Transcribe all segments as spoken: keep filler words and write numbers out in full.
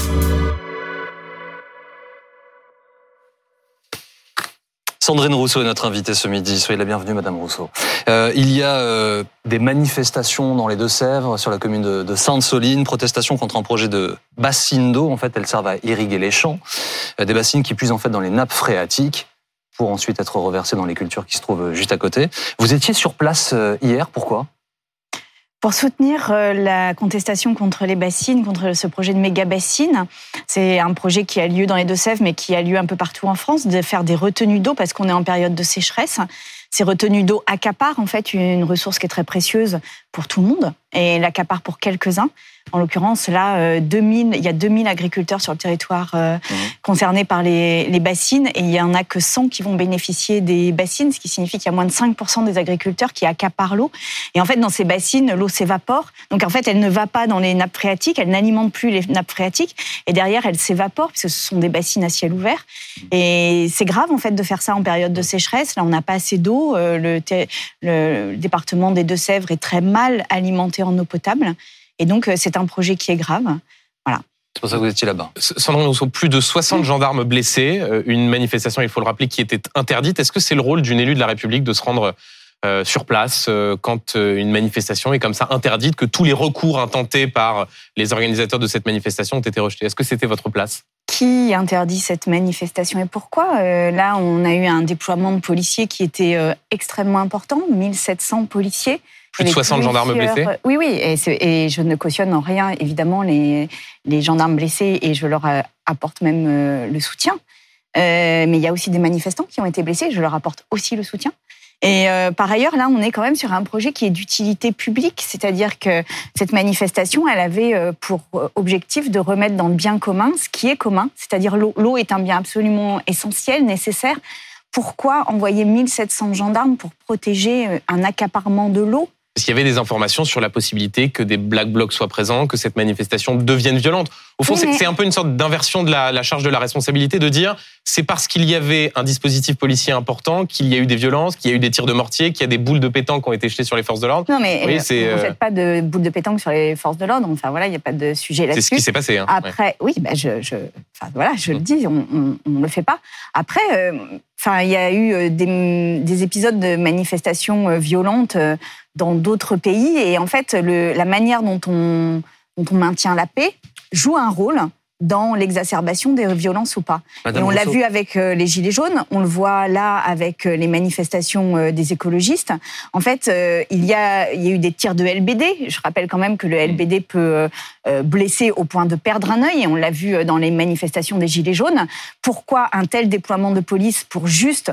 Sandrine Rousseau est notre invitée ce midi. Soyez la bienvenue, Madame Rousseau. Euh, il y a euh, des manifestations dans les Deux-Sèvres, sur la commune de, de Sainte-Soline, protestation contre un projet de bassines d'eau. En fait, elles servent à irriguer les champs. Euh, des bassines qui puisent en fait dans les nappes phréatiques pour ensuite être reversées dans les cultures qui se trouvent juste à côté. Vous étiez sur place euh, hier, pourquoi ? Pour soutenir la contestation contre les bassines, contre ce projet de méga-bassines. C'est un projet qui a lieu dans les Deux-Sèvres, mais qui a lieu un peu partout en France, de faire des retenues d'eau, parce qu'on est en période de sécheresse. Ces retenues d'eau accaparent en fait une ressource qui est très précieuse pour tout le monde, et l'accaparent pour quelques-uns. En l'occurrence, là, deux mille, il y a deux mille agriculteurs sur le territoire euh, mmh. concernés par les, les bassines, et il n'y en a que cent qui vont bénéficier des bassines, ce qui signifie qu'il y a moins de cinq pour cent des agriculteurs qui accaparent l'eau. Et en fait, dans ces bassines, l'eau s'évapore. Donc en fait, elle ne va pas dans les nappes phréatiques, elle n'alimente plus les nappes phréatiques, et derrière, elle s'évapore, puisque ce sont des bassines à ciel ouvert. Et c'est grave, en fait, de faire ça en période de sécheresse. Là, on n'a pas assez d'eau. Le, le département des Deux-Sèvres est très mal alimenté en eau potable. Et donc, c'est un projet qui est grave. Voilà. C'est pour ça que vous étiez là-bas. Sandrine, nous sommes plus de soixante gendarmes blessés. Une manifestation, il faut le rappeler, qui était interdite. Est-ce que c'est le rôle d'une élue de la République de se rendre euh, sur place euh, quand une manifestation est comme ça interdite, que tous les recours intentés par les organisateurs de cette manifestation ont été rejetés ? Est-ce que c'était votre place ? Qui interdit cette manifestation et pourquoi ? euh, Là, on a eu un déploiement de policiers qui était euh, extrêmement important, mille sept cents policiers. Plus de soixante gendarmes blessés ? Oui, oui, et, et je ne cautionne en rien, évidemment, les, les gendarmes blessés, et je leur apporte même euh, le soutien. Euh, mais il y a aussi des manifestants qui ont été blessés, je leur apporte aussi le soutien. Et euh, par ailleurs, là, on est quand même sur un projet qui est d'utilité publique, c'est-à-dire que cette manifestation, elle avait pour objectif de remettre dans le bien commun ce qui est commun, c'est-à-dire l'eau. L'eau est un bien absolument essentiel, nécessaire. Pourquoi envoyer mille sept cents gendarmes pour protéger un accaparement de l'eau ? Est-ce qu'il y avait des informations sur la possibilité que des Black Blocs soient présents, que cette manifestation devienne violente ? Au fond, oui, mais... c'est un peu une sorte d'inversion de la, la charge de la responsabilité, de dire c'est parce qu'il y avait un dispositif policier important qu'il y a eu des violences, qu'il y a eu des tirs de mortier, qu'il y a des boules de pétanque qui ont été jetées sur les forces de l'ordre. Non, mais oui, c'est, on ne jette pas de boules de pétanque sur les forces de l'ordre. Enfin voilà, il n'y a pas de sujet là-dessus. C'est ce qui s'est passé. Hein. Après, ouais. oui, bah, je, je, enfin voilà, je mmh. le dis, on ne le fait pas. Après. Euh, Enfin, il y a eu des, des épisodes de manifestations violentes dans d'autres pays, et en fait, le, la manière dont on, dont on maintient la paix joue un rôle dans l'exacerbation des violences ou pas. Madame et on Rousseau. L'a vu avec les Gilets jaunes, on le voit là avec les manifestations des écologistes. En fait, il y a, il y a eu des tirs de L B D. Je rappelle quand même que le L B D peut blesser au point de perdre un œil, et on l'a vu dans les manifestations des Gilets jaunes. Pourquoi un tel déploiement de police pour juste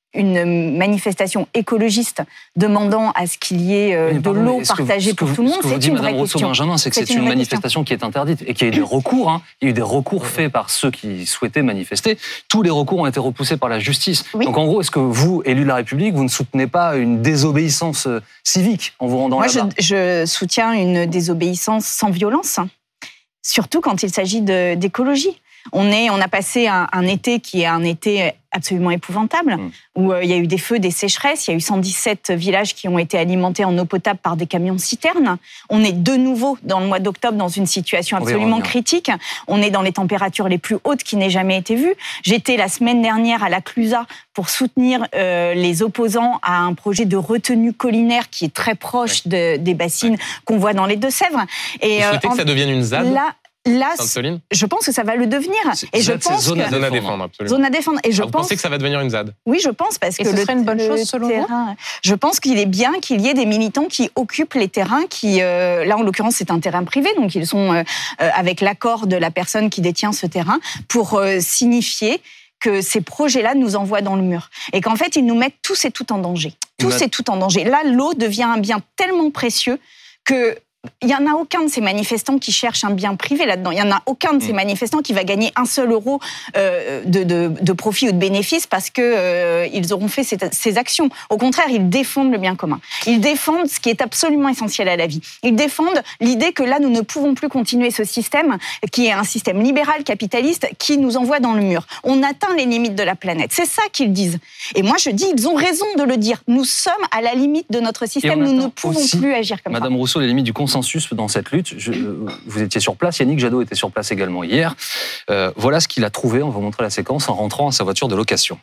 une manifestation écologiste demandant à ce qu'il y ait euh, de pardon, l'eau partagée pour vous, tout le monde, c'est dit, une vraie Rousseau question. Benjamin, c'est que c'est, c'est une, une manifestation question. Qui est interdite et qu'il y a eu des recours. Hein. Il y a eu des recours faits par ceux qui souhaitaient manifester. Tous les recours ont été repoussés par la justice. Oui. Donc en gros, est-ce que vous, élu de la République, vous ne soutenez pas une désobéissance civique en vous rendant Moi, là-bas ? je, je soutiens une désobéissance sans violence, surtout quand il s'agit de, d'écologie. On, est, on a passé un, un été qui est un été absolument épouvantable, mmh. où euh, il y a eu des feux, des sécheresses, il y a eu cent dix-sept villages qui ont été alimentés en eau potable par des camions-citernes. On est de nouveau, dans le mois d'octobre, dans une situation absolument critique. On est dans les températures les plus hautes qui n'aient jamais été vues. J'étais la semaine dernière à la Clusaz pour soutenir euh, les opposants à un projet de retenue collinaire qui est très proche ouais. de, des bassines ouais. qu'on voit dans les Deux-Sèvres. Et, Vous souhaitez euh, en, que ça devienne une Z A D là, Là, je pense que ça va le devenir. C'est, et je pense zone que... à zone à défendre, absolument. Zone à défendre. Et je ah, vous pense... pensez que ça va devenir une Z A D ? Oui, je pense, parce et que ce le, serait une bonne le chose selon terrain... vous ? Je pense qu'il est bien qu'il y ait des militants qui occupent les terrains, qui, euh, là en l'occurrence, c'est un terrain privé, donc ils sont euh, avec l'accord de la personne qui détient ce terrain, pour euh, signifier que ces projets-là nous envoient dans le mur. Et qu'en fait, ils nous mettent tous et tout en danger. Tous et tout en danger. Là, l'eau devient un bien tellement précieux que... Il n'y en a aucun de ces manifestants qui cherchent un bien privé là-dedans. Il n'y en a aucun de ces manifestants qui va gagner un seul euro euh, de, de, de profit ou de bénéfice parce qu'ils euh, auront fait ces, ces actions. Au contraire, ils défendent le bien commun. Ils défendent ce qui est absolument essentiel à la vie. Ils défendent l'idée que là, nous ne pouvons plus continuer ce système qui est un système libéral, capitaliste, qui nous envoie dans le mur. On atteint les limites de la planète. C'est ça qu'ils disent. Et moi, je dis, ils ont raison de le dire. Nous sommes à la limite de notre système. Nous ne pouvons plus agir comme Madame ça. Rousseau, les limites du consensus consensus dans cette lutte. Je, vous étiez sur place, Yannick Jadot était sur place également hier. Euh, voilà ce qu'il a trouvé, on va vous montrer la séquence, en rentrant à sa voiture de location.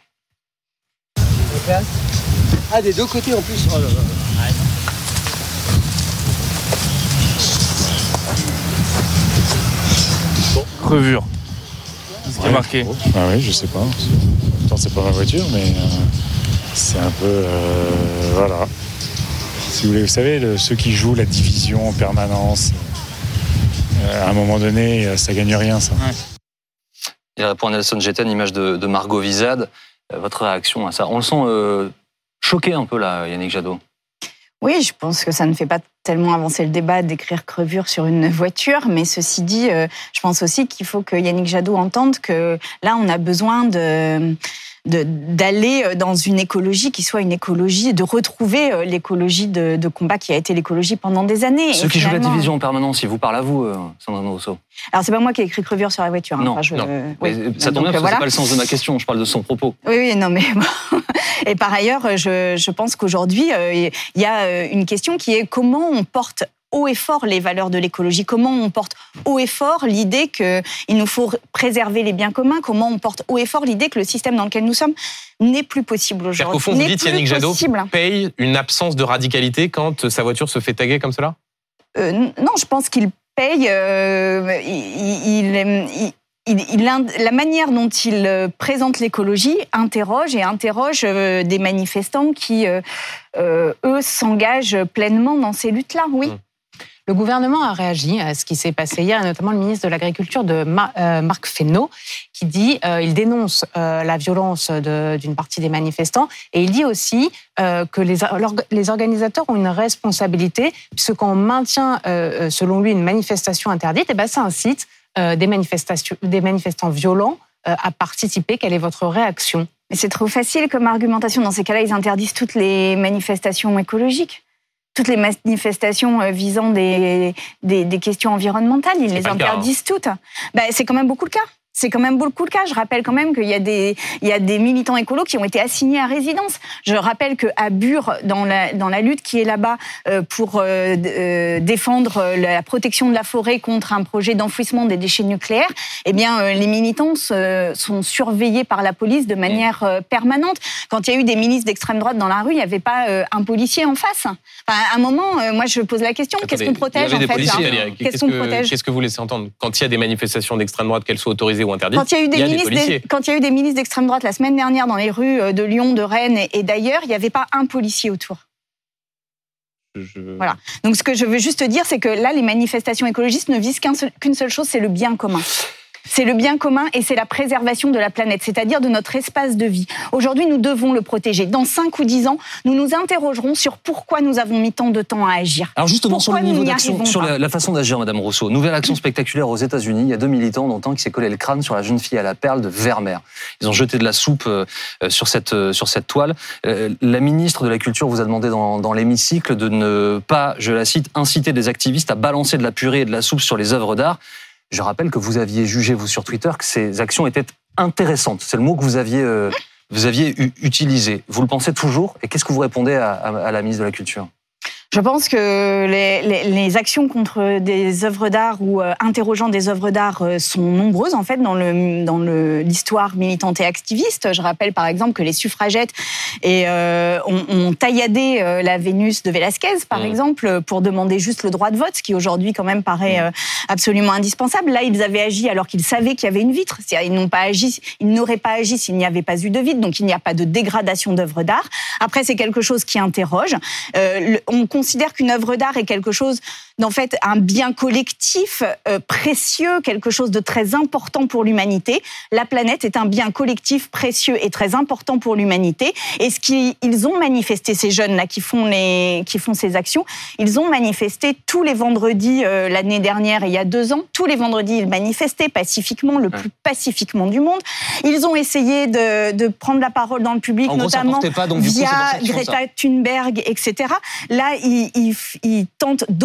Ah, des deux côtés en plus. Oh là là. Bon. Crevure. C'est ouais, marqué. Ah oui, je sais pas. Pourtant, c'est pas ma voiture, mais euh, c'est un peu... Euh, voilà. Si vous voulez, vous savez, le, ceux qui jouent la division en permanence, euh, à un moment donné, ça gagne rien, ça. Ouais. Il répond à Nelson Getten, image de, de Margot Vizade. Euh, votre réaction à ça? On le sent euh, choqué un peu, là, Yannick Jadot. Oui, je pense que ça ne fait pas tellement avancer le débat d'écrire crevure sur une voiture, mais ceci dit, euh, je pense aussi qu'il faut que Yannick Jadot entende que là, on a besoin de... De, d'aller dans une écologie qui soit une écologie, de retrouver l'écologie de, de combat qui a été l'écologie pendant des années. Ceux et qui finalement... jouent la division en permanence, ils vous parlent à vous, euh, Sandrine Rousseau? Alors, c'est pas moi qui ai écrit crevure sur la voiture. Non, enfin, je, non. Euh, oui. Ça tombe bien parce que voilà. C'est pas le sens de ma question, je parle de son propos. Oui, oui, non, mais bon. Et par ailleurs, je, je pense qu'aujourd'hui, euh, il y a une question qui est comment on porte haut et fort les valeurs de l'écologie, comment on porte haut et fort l'idée qu'il nous faut préserver les biens communs, comment on porte haut et fort l'idée que le système dans lequel nous sommes n'est plus possible aujourd'hui. C'est-à-dire qu'au fond, vous dites Yannick Jadot paye une absence de radicalité quand sa voiture se fait taguer comme cela? euh, Non, je pense qu'il paye... Euh, il, il, il, il, il, la manière dont il présente l'écologie interroge et interroge euh, des manifestants qui, euh, euh, eux, s'engagent pleinement dans ces luttes-là, oui. Mmh. Le gouvernement a réagi à ce qui s'est passé hier, et notamment le ministre de l'Agriculture, de Mar- euh, Marc Fesneau, qui dit, euh, il dénonce euh, la violence de, d'une partie des manifestants, et il dit aussi euh, que les, les organisateurs ont une responsabilité, puisque quand on maintient, euh, selon lui, une manifestation interdite, eh ben, ça incite euh, des, manifestations, des manifestants violents euh, à participer. Quelle est votre réaction? Mais c'est trop facile comme argumentation. Dans ces cas-là, ils interdisent toutes les manifestations écologiques. Toutes les manifestations visant des, des, des questions environnementales, ils les interdisent toutes. Ben, c'est quand même beaucoup le cas. C'est quand même beaucoup le cas. Je rappelle quand même qu'il y a des, il y a des militants écolos qui ont été assignés à résidence. Je rappelle qu'à Bure, dans la, dans la lutte qui est là-bas euh, pour euh, euh, défendre la protection de la forêt contre un projet d'enfouissement des déchets nucléaires, eh bien, euh, les militants se, sont surveillés par la police de manière euh, permanente. Quand il y a eu des milices d'extrême droite dans la rue, il n'y avait pas euh, un policier en face. Enfin, à un moment, euh, moi, je pose la question, Attendez, qu'est-ce qu'on protège en fait policiers, là Qu'est-ce, qu'est-ce qu'on que, protège Qu'est-ce que vous laissez entendre? Quand il y a des manifestations d'extrême droite, qu'elles soient autorisées ou interdites, quand il y a eu des, il y a milices, des policiers. Des, quand il y a eu des milices d'extrême droite la semaine dernière dans les rues de Lyon, de Rennes et, et d'ailleurs, il n'y avait pas un policier autour. Je... Voilà. Donc ce que je veux juste dire, c'est que là, les manifestations écologistes ne visent qu'un seul, qu'une seule chose, c'est le bien commun. C'est le bien commun et c'est la préservation de la planète, c'est-à-dire de notre espace de vie. Aujourd'hui, nous devons le protéger. Dans cinq ou dix ans, nous nous interrogerons sur pourquoi nous avons mis tant de temps à agir. Alors justement, pourquoi sur le niveau d'action, sur la, la façon d'agir, Madame Rousseau, nouvelle action spectaculaire aux États-Unis. Il y a deux militants, dont un qui s'est collé le crâne sur la jeune fille à la perle de Vermeer. Ils ont jeté de la soupe euh, sur cette euh, sur cette toile. Euh, la ministre de la Culture vous a demandé dans, dans l'hémicycle de ne pas, je la cite, inciter des activistes à balancer de la purée et de la soupe sur les œuvres d'art. Je rappelle que vous aviez jugé, vous, sur Twitter, que ces actions étaient intéressantes. C'est le mot que vous aviez, euh, vous aviez u- utilisé. Vous le pensez toujours? Et qu'est-ce que vous répondez à, à, à la ministre de la Culture? Je pense que les, les, les actions contre des œuvres d'art ou euh, interrogeant des œuvres d'art euh, sont nombreuses en fait dans le dans le l'histoire militante et activiste. Je rappelle par exemple que les suffragettes et euh, ont, ont tailladé euh, la Vénus de Velázquez par mmh. exemple pour demander juste le droit de vote, ce qui aujourd'hui quand même paraît euh, absolument indispensable. Là, ils avaient agi alors qu'ils savaient qu'il y avait une vitre. C'est-à-dire, ils n'ont pas agi, ils n'auraient pas agi s'il n'y avait pas eu de vitre. Donc il n'y a pas de dégradation d'œuvres d'art. Après, c'est quelque chose qui interroge. Euh, le, on considère qu'une œuvre d'art est quelque chose, d'en fait, un bien collectif euh, précieux, quelque chose de très important pour l'humanité. La planète est un bien collectif précieux et très important pour l'humanité. Et ce qu'ils ont manifesté, ces jeunes-là qui font les, qui font ces actions, ils ont manifesté tous les vendredis euh, l'année dernière et il y a deux ans. Tous les vendredis, ils manifestaient pacifiquement, le plus pacifiquement du monde. Ils ont essayé de, de prendre la parole dans le public, en gros, notamment pas, donc, via coup, Greta Thunberg, et cetera. Là, ils, ils, ils tentent d'autres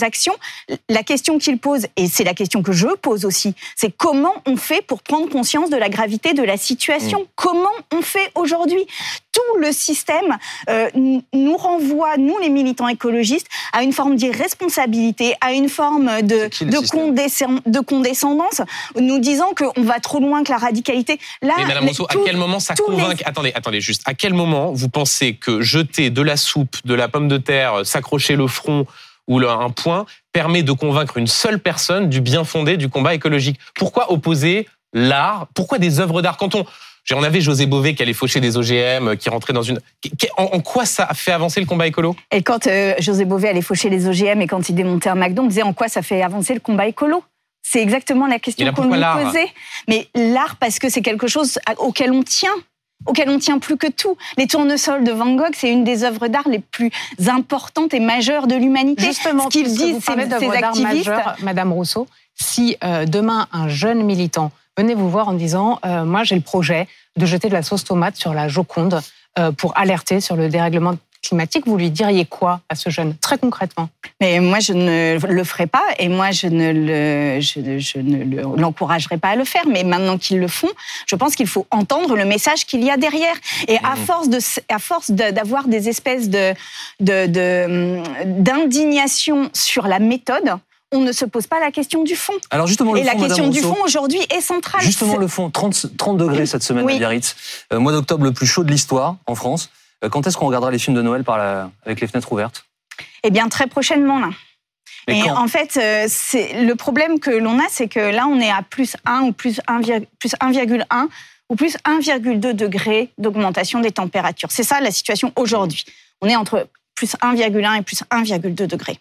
actions. La question qu'il pose, et c'est la question que je pose aussi, c'est comment on fait pour prendre conscience de la gravité de la situation ? Mmh. Comment on fait aujourd'hui ? Tout le système euh, nous renvoie, nous les militants écologistes, à une forme d'irresponsabilité, à une forme de, de, condescend, de condescendance, nous disant qu'on va trop loin, que la radicalité... Là, mais Madame Rousseau, à quel moment ça convainc... Les... Attendez, attendez, juste. À quel moment vous pensez que jeter de la soupe, de la pomme de terre, s'accrocher le front ou un point permet de convaincre une seule personne du bien fondé du combat écologique ? Pourquoi opposer l'art ? Pourquoi des œuvres d'art ? Quand on... On avait José Bové qui allait faucher des O G M, qui rentrait dans une... En quoi ça a fait avancer le combat écolo ? Et quand euh, José Bové allait faucher les O G M et quand il démontait un McDo, on disait en quoi ça fait avancer le combat écolo ? C'est exactement la question qu'on nous posait. Mais l'art, parce que c'est quelque chose auquel on tient. auquel on tient plus que tout. Les tournesols de Van Gogh, c'est une des œuvres d'art les plus importantes et majeures de l'humanité. Justement, ce qu'ils disent, ces, ces activistes... Majeures, Madame Rousseau, si euh, demain un jeune militant venait vous voir en disant euh, « Moi, j'ai le projet de jeter de la sauce tomate sur la Joconde euh, pour alerter sur le dérèglement climatique », vous lui diriez quoi à ce jeune, très concrètement ? Mais moi, je ne le ferai pas et moi, je ne, le, je, je ne le, l'encouragerai pas à le faire. Mais maintenant qu'ils le font, je pense qu'il faut entendre le message qu'il y a derrière. Et à force, de, à force de, d'avoir des espèces de, de, de, d'indignation sur la méthode, on ne se pose pas la question du fond. Alors justement, le et fond, la question Madame du Rousseau, fond aujourd'hui est centrale. Justement, le fond, trente, trente degrés cette semaine oui. à Biarritz. Euh, mois d'octobre le plus chaud de l'histoire en France. Euh, quand est-ce qu'on regardera les films de Noël par la, avec les fenêtres ouvertes ? Eh bien, très prochainement, là. Mais et quand ? En fait, euh, c'est, le problème que l'on a, c'est que là, on est à plus un ou plus un, plus un virgule un ou plus un virgule deux degrés d'augmentation des températures. C'est ça la situation aujourd'hui. On est entre plus un virgule un et plus un virgule deux degrés.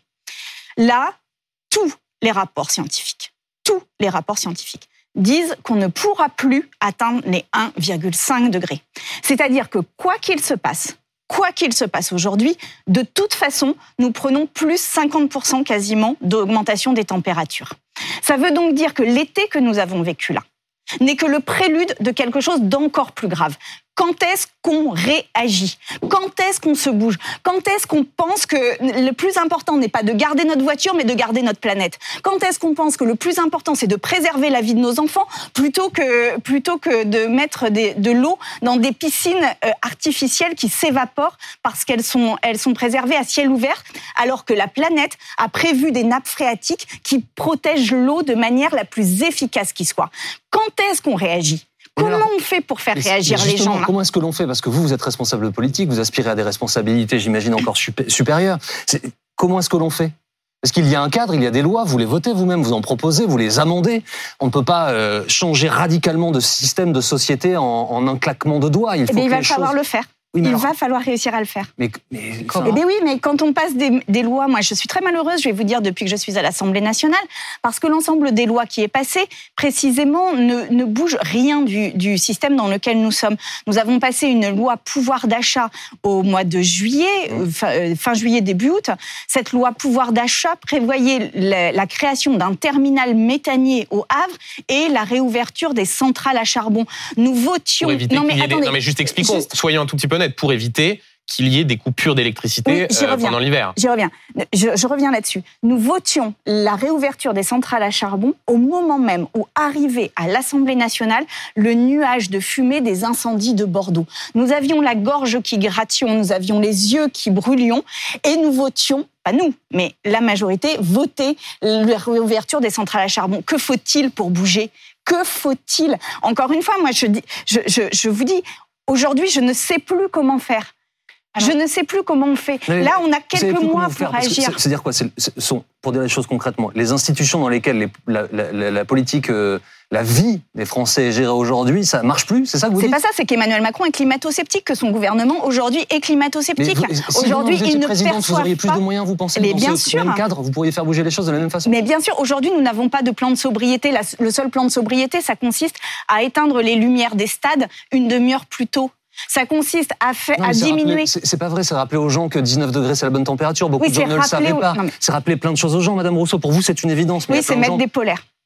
Là, tous les rapports scientifiques, tous les rapports scientifiques disent qu'on ne pourra plus atteindre les un virgule cinq degrés. C'est-à-dire que quoi qu'il se passe, quoi qu'il se passe aujourd'hui, de toute façon, nous prenons plus cinquante pour cent quasiment d'augmentation des températures. Ça veut donc dire que l'été que nous avons vécu là n'est que le prélude de quelque chose d'encore plus grave. Quand est-ce qu'on réagit ? Quand est-ce qu'on se bouge ? Quand est-ce qu'on pense que le plus important n'est pas de garder notre voiture, mais de garder notre planète ? Quand est-ce qu'on pense que le plus important, c'est de préserver la vie de nos enfants plutôt que, plutôt que de mettre des, de l'eau dans des piscines euh, artificielles qui s'évaporent parce qu'elles sont, elles sont préservées à ciel ouvert, alors que la planète a prévu des nappes phréatiques qui protègent l'eau de manière la plus efficace qui soit ? Quand est-ce qu'on réagit ? Comment alors, on fait pour faire réagir les gens là ? Comment est-ce que l'on fait ? Parce que vous, vous êtes responsable politique, vous aspirez à des responsabilités, j'imagine, encore supérieures. C'est, comment est-ce que l'on fait ? Parce qu'il y a un cadre, il y a des lois, vous les votez vous-même, vous en proposez, vous les amendez. On ne peut pas euh, changer radicalement de système de société en, en un claquement de doigts. Il, faut eh bien, il va les falloir choses... le faire. Oui, il alors... va falloir réussir à le faire. Mais, mais enfin... Eh bien oui, mais quand on passe des, des lois, moi je suis très malheureuse, je vais vous dire, depuis que je suis à l'Assemblée nationale, parce que l'ensemble des lois qui est passé, précisément, ne, ne bouge rien du, du système dans lequel nous sommes. Nous avons passé une loi pouvoir d'achat au mois de juillet, mmh. fin, fin juillet, début août. Cette loi pouvoir d'achat prévoyait la, la création d'un terminal méthanier au Havre et la réouverture des centrales à charbon. Nous votions... Pour éviter non, mais, attendez, des... non mais juste expliquons, juste... soyons un tout petit peu honnêtes, pour éviter qu'il y ait des coupures d'électricité oui, euh, pendant l'hiver. J'y reviens. Je, je reviens là-dessus. Nous votions la réouverture des centrales à charbon au moment même où arrivait à l'Assemblée nationale le nuage de fumée des incendies de Bordeaux. Nous avions la gorge qui grattions, nous avions les yeux qui brûlions et nous votions, pas nous, mais la majorité, votait la réouverture des centrales à charbon. Que faut-il pour bouger ? Que faut-il ? Encore une fois, moi, je, dis, je, je, je vous dis, aujourd'hui, je ne sais plus comment faire. Alors, je ne sais plus comment on fait. Là, on a quelques mois pour agir. C'est, c'est-à-dire quoi ? c'est, c'est, sont, Pour dire les choses concrètement, les institutions dans lesquelles les, la, la, la politique, euh, la vie des Français est gérée aujourd'hui, ça marche plus ? C'est ça que vous c'est dites ? C'est pas ça, c'est qu'Emmanuel Macron est climato-sceptique, que son gouvernement aujourd'hui est climato-sceptique. Mais vous, si aujourd'hui, vous il ne perçoit vous auriez plus pas... de moyens, vous pensez, mais dans bien ce sûr. même cadre, vous pourriez faire bouger les choses de la même façon ? Mais bien sûr, aujourd'hui, nous n'avons pas de plan de sobriété. La, le seul plan de sobriété, ça consiste à éteindre les lumières des stades une demi-heure plus tôt. Ça consiste à, fait, non, à diminuer... Rappeler, c'est, c'est pas vrai, c'est rappeler aux gens que dix-neuf degrés, c'est la bonne température. Beaucoup oui, de gens ne le savaient aux... pas. Non, mais... C'est rappeler plein de choses aux gens, Madame Rousseau. Pour vous, c'est une évidence. Mais oui, c'est mettre gens... des polaires.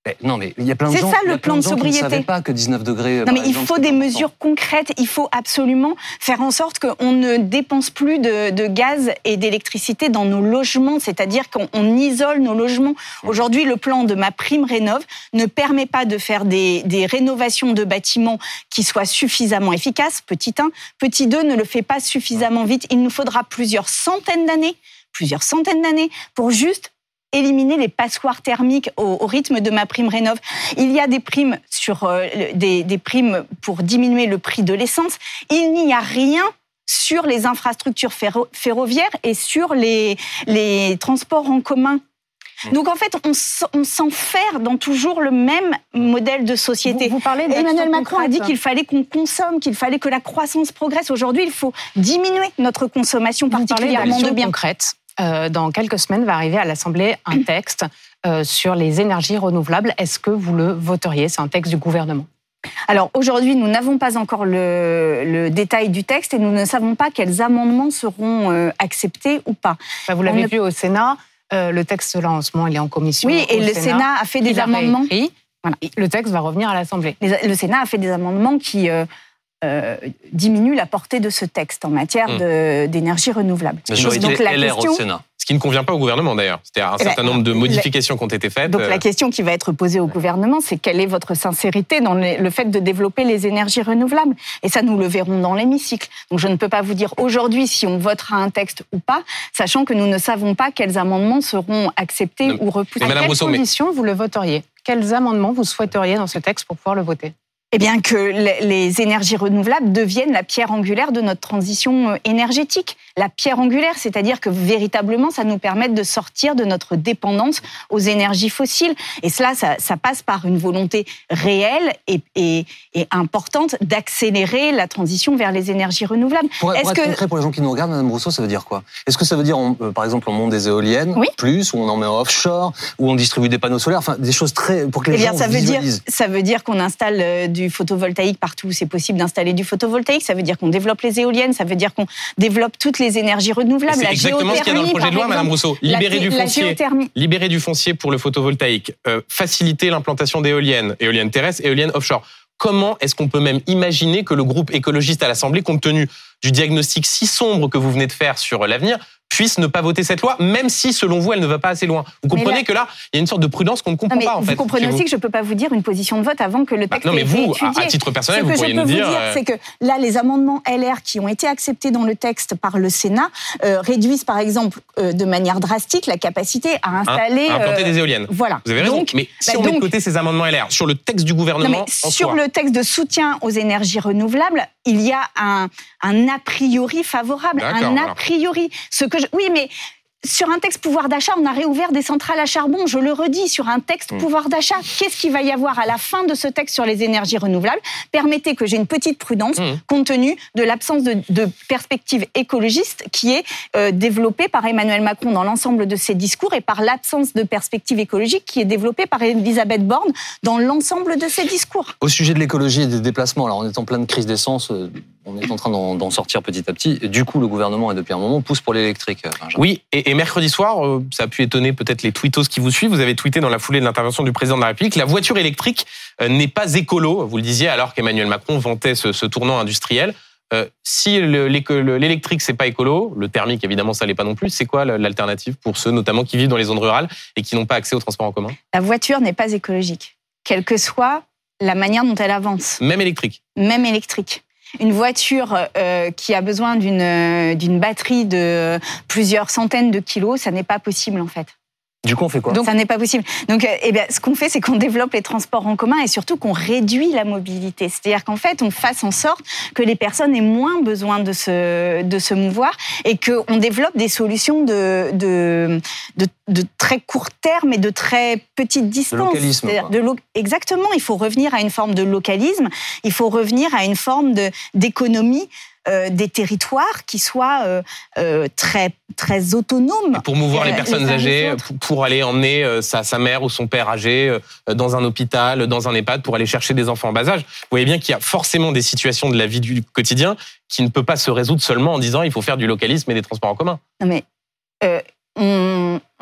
Mais non, mais il y a plein de C'est gens, ça, il y a le plein plan de de gens qui sobriété. ne savaient pas que dix-neuf degrés. Non, par mais il exemple, faut c'était des important. mesures concrètes. Il faut absolument faire en sorte qu'on ne dépense plus de, de gaz et d'électricité dans nos logements, c'est-à-dire qu'on on isole nos logements. Aujourd'hui, le plan de ma prime rénov ne permet pas de faire des, des rénovations de bâtiments qui soient suffisamment efficaces. Petit un, petit deux, ne le fait pas suffisamment vite. Il nous faudra plusieurs centaines d'années, plusieurs centaines d'années pour juste éliminer les passoires thermiques au, au rythme de ma prime rénov. Il y a des primes sur euh, des, des primes pour diminuer le prix de l'essence. Il n'y a rien sur les infrastructures ferro- ferroviaires et sur les, les transports en commun. Donc en fait, on, s- on s'enferme dans toujours le même modèle de société. Vous, vous parlez Et Emmanuel Macron a dit concrète. qu'il fallait qu'on consomme, qu'il fallait que la croissance progresse. Aujourd'hui, il faut diminuer notre consommation, Vous parlez particulièrement de d'actions biens. concrètes. Euh, dans quelques semaines va arriver à l'Assemblée un texte euh, sur les énergies renouvelables. Est-ce que vous le voteriez ? C'est un texte du gouvernement. Alors aujourd'hui, nous n'avons pas encore le, le détail du texte et nous ne savons pas quels amendements seront euh, acceptés ou pas. Bah, vous l'avez On ne- vu au Sénat, euh, le texte là en ce moment, il est en commission. Oui, et au le Sénat a fait des Il a amendements. réécrit. Voilà. Le texte va revenir à l'Assemblée. Les- Le Sénat a fait des amendements qui euh, euh, diminuent la portée de ce texte en matière Mmh. de- d'énergie renouvelable. Majorité Donc la L R question, au Sénat. Ce qui ne convient pas au gouvernement d'ailleurs. C'est-à-dire un Eh ben, certain nombre de la- modifications qui ont été faites. donc euh, la question qui va être posée au gouvernement, c'est quelle est votre sincérité dans le le fait de développer les énergies renouvelables ? Et ça, nous le verrons dans l'hémicycle. Donc je ne peux pas vous dire aujourd'hui si on votera un texte ou pas, sachant que nous ne savons pas quels amendements seront acceptés Non, ou repoussés. Et À Madame quelles Rousseau, mais- conditions vous le voteriez ? Quels amendements vous souhaiteriez dans ce texte pour pouvoir le voter ? Eh bien, que les- les énergies renouvelables deviennent la pierre angulaire de notre transition euh, énergétique. La pierre angulaire, c'est-à-dire que véritablement, ça nous permette de sortir de notre dépendance aux énergies fossiles. Et cela, ça, ça passe par une volonté réelle et, et, et importante d'accélérer la transition vers les énergies renouvelables. Pour, Est-ce pour être que- concret pour les gens qui nous regardent, Madame Rousseau, ça veut dire quoi ? Est-ce que ça veut dire, on, euh, par exemple, on monte des éoliennes Oui. plus, ou on en met offshore, ou on distribue des panneaux solaires, enfin des choses très pour que les Eh bien, gens ça veut dire, visualisent. ça veut dire qu'on installe euh, du photovoltaïque partout où c'est possible d'installer du photovoltaïque. Ça veut dire qu'on développe les éoliennes. Ça veut dire qu'on développe toutes les énergies renouvelables. C'est La exactement ce qu'il y a dans le géothermie, projet de loi, par Madame exemple. Rousseau. Libérer La- du la foncier. géothermie. Libérer du foncier pour le photovoltaïque, euh, faciliter l'implantation d'éoliennes, éoliennes terrestres, éoliennes offshore. Comment est-ce qu'on peut même imaginer que le groupe écologiste à l'Assemblée, compte tenu du diagnostic si sombre que vous venez de faire sur l'avenir, puisse ne pas voter cette loi, même si, selon vous, elle ne va pas assez loin ? Vous comprenez là- que là, il y a une sorte de prudence qu'on ne comprend Non, mais pas, en vous fait. comprenez chez aussi vous. que je ne peux pas vous dire une position de vote avant que le Bah, texte non, mais ait été vous, à, étudié. à titre personnel, Ce vous que je pourriez peux nous vous dire... dire, euh, c'est que là, les amendements L R qui ont été acceptés dans le texte par le Sénat euh, réduisent, par exemple, euh, de manière drastique la capacité à hein, installer... à implanter euh, des éoliennes. Voilà. Vous avez raison. Donc, mais si bah, on met de donc- côté ces amendements L R, sur le texte du non, gouvernement, mais en sur soi, le texte de soutien aux énergies renouvelables, il y a un, un a priori favorable, D'accord, un a alors. priori. Ce que je, oui, mais sur un texte pouvoir d'achat, on a réouvert des centrales à charbon. Je le redis, sur un texte Mmh. pouvoir d'achat, qu'est-ce qu'il va y avoir à la fin de ce texte sur les énergies renouvelables ? Permettez que j'ai une petite prudence, Mmh. compte tenu de l'absence de, de perspective écologiste qui est euh, développée par Emmanuel Macron dans l'ensemble de ses discours et par l'absence de perspective écologique qui est développée par Elisabeth Borne dans l'ensemble de ses discours. Au sujet de l'écologie et des déplacements, alors on est en pleine crise d'essence, euh, on est en train d'en, d'en sortir petit à petit. Et du coup, le gouvernement, et depuis un moment, pousse pour l'électrique. euh, Benjamin. Oui, et, et mercredi soir, euh, ça a pu étonner peut-être les tweetos qui vous suivent. Vous avez tweeté dans la foulée de l'intervention du président de la République, la voiture électrique euh, n'est pas écolo, vous le disiez, alors qu'Emmanuel Macron vantait ce, ce tournant industriel. Euh, si le- l'éco- le- l'électrique, c'est pas écolo, le thermique, évidemment, ça l'est pas non plus, c'est quoi l'alternative pour ceux, notamment, qui vivent dans les zones rurales et qui n'ont pas accès aux transports en commun ? La voiture n'est pas écologique, quelle que soit la manière dont elle avance, Même électrique. même électrique. Une voiture euh, qui a besoin d'une euh, d'une batterie de plusieurs centaines de kilos, ça n'est pas possible en fait. Du coup, on fait quoi ? Donc, ça n'est pas possible. Donc, euh, eh bien, ce qu'on fait, c'est qu'on développe les transports en commun et surtout qu'on réduit la mobilité. C'est-à-dire qu'en fait, on fasse en sorte que les personnes aient moins besoin de se, de se mouvoir et qu'on développe des solutions de, de, de, de très court terme et de très petite distance. localisme, C'est-à-dire quoi. de lo- Exactement. Il faut revenir à une forme de localisme. Il faut revenir à une forme de, d'économie euh, des territoires qui soit euh, euh, très, très autonome. Et pour mouvoir les Euh, personnes les uns les âgées, autres. pour, pour aller emmener euh, sa, sa mère ou son père âgé euh, dans un hôpital, dans un EHPAD, pour aller chercher des enfants en bas âge. Vous voyez bien qu'il y a forcément des situations de la vie du quotidien qui ne peut pas se résoudre seulement en disant il faut faire du localisme et des transports en commun. Non mais euh, on, on,